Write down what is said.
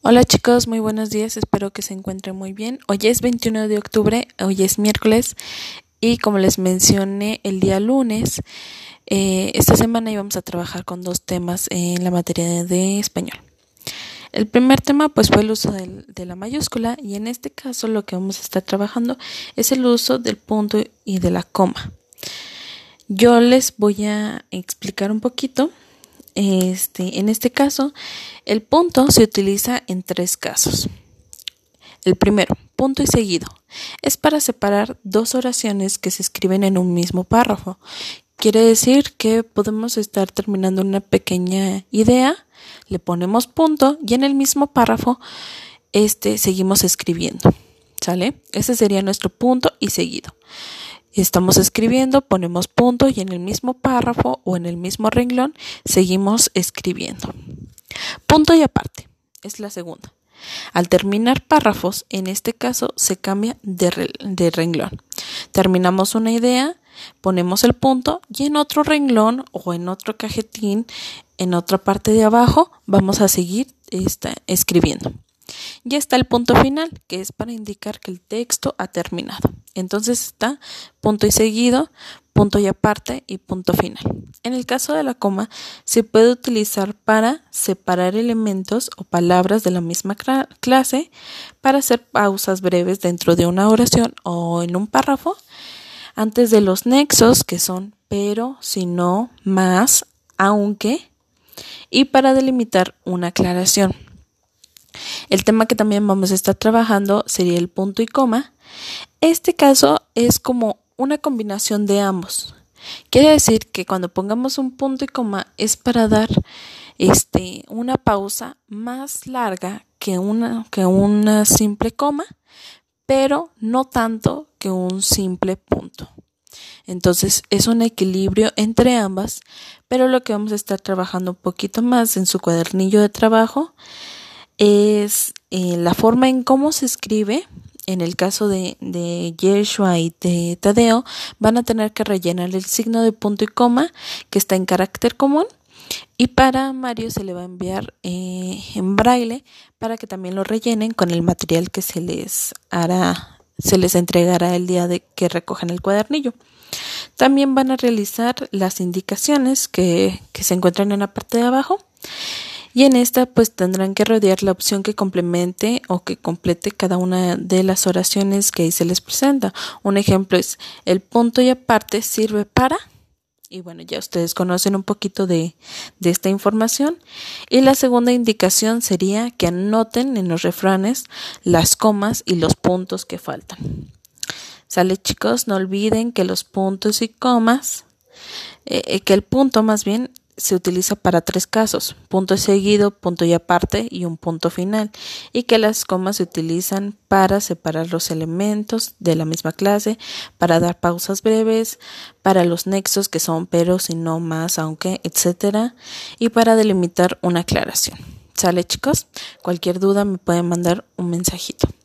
Hola chicos, muy buenos días, espero que se encuentren muy bien. Hoy es 21 de octubre, hoy es miércoles y como les mencioné el día lunes, esta semana íbamos a trabajar con dos temas en la materia de español. El primer tema pues fue el uso de la mayúscula y en este caso lo que vamos a estar trabajando es el uso del punto y de la coma. Yo les voy a explicar un poquito. En este caso, el punto se utiliza en tres casos. El primero, punto y seguido, es para separar dos oraciones que se escriben en un mismo párrafo. Quiere decir que podemos estar terminando una pequeña idea, le ponemos punto y en el mismo párrafo seguimos escribiendo. ¿Sale? Ese sería nuestro punto y seguido. Estamos escribiendo, ponemos punto y en el mismo párrafo o en el mismo renglón seguimos escribiendo. Punto y aparte es la segunda. Al terminar párrafos, en este caso se cambia de renglón. Terminamos una idea, ponemos el punto y en otro renglón o en otro cajetín, en otra parte de abajo, vamos a seguir escribiendo. Ya está el punto final, que es para indicar que el texto ha terminado. Entonces está punto y seguido, punto y aparte y punto final. En el caso de la coma, se puede utilizar para separar elementos o palabras de la misma clase, para hacer pausas breves dentro de una oración o en un párrafo, antes de los nexos, que son pero, si no, más, aunque, y para delimitar una aclaración. El tema que también vamos a estar trabajando sería el punto y coma. Este caso es como una combinación de ambos. Quiere decir que cuando pongamos un punto y coma es para dar una pausa más larga que una simple coma, pero no tanto que un simple punto. Entonces es un equilibrio entre ambas, pero lo que vamos a estar trabajando un poquito más en su cuadernillo de trabajo es la forma en cómo se escribe. En el caso de Yeshua y de Tadeo, van a tener que rellenar el signo de punto y coma que está en carácter común, y para Mario se le va a enviar en braille para que también lo rellenen con el material que se les entregará el día de que recojan el cuadernillo. También van a realizar las indicaciones que se encuentran en la parte de abajo. Y en esta pues tendrán que rodear la opción que complemente o que complete cada una de las oraciones que ahí se les presenta. Un ejemplo es el punto y aparte sirve para, y bueno, ya ustedes conocen un poquito de esta información. Y la segunda indicación sería que anoten en los refranes las comas y los puntos que faltan. ¿Sale, chicos? No olviden que los puntos y comas, que el punto más bien se utiliza para tres casos: punto y seguido, punto y aparte y un punto final, y que las comas se utilizan para separar los elementos de la misma clase, para dar pausas breves, para los nexos que son pero, si no, más, aunque, etcétera, y para delimitar una aclaración. ¿Sale, chicos? Cualquier duda me pueden mandar un mensajito.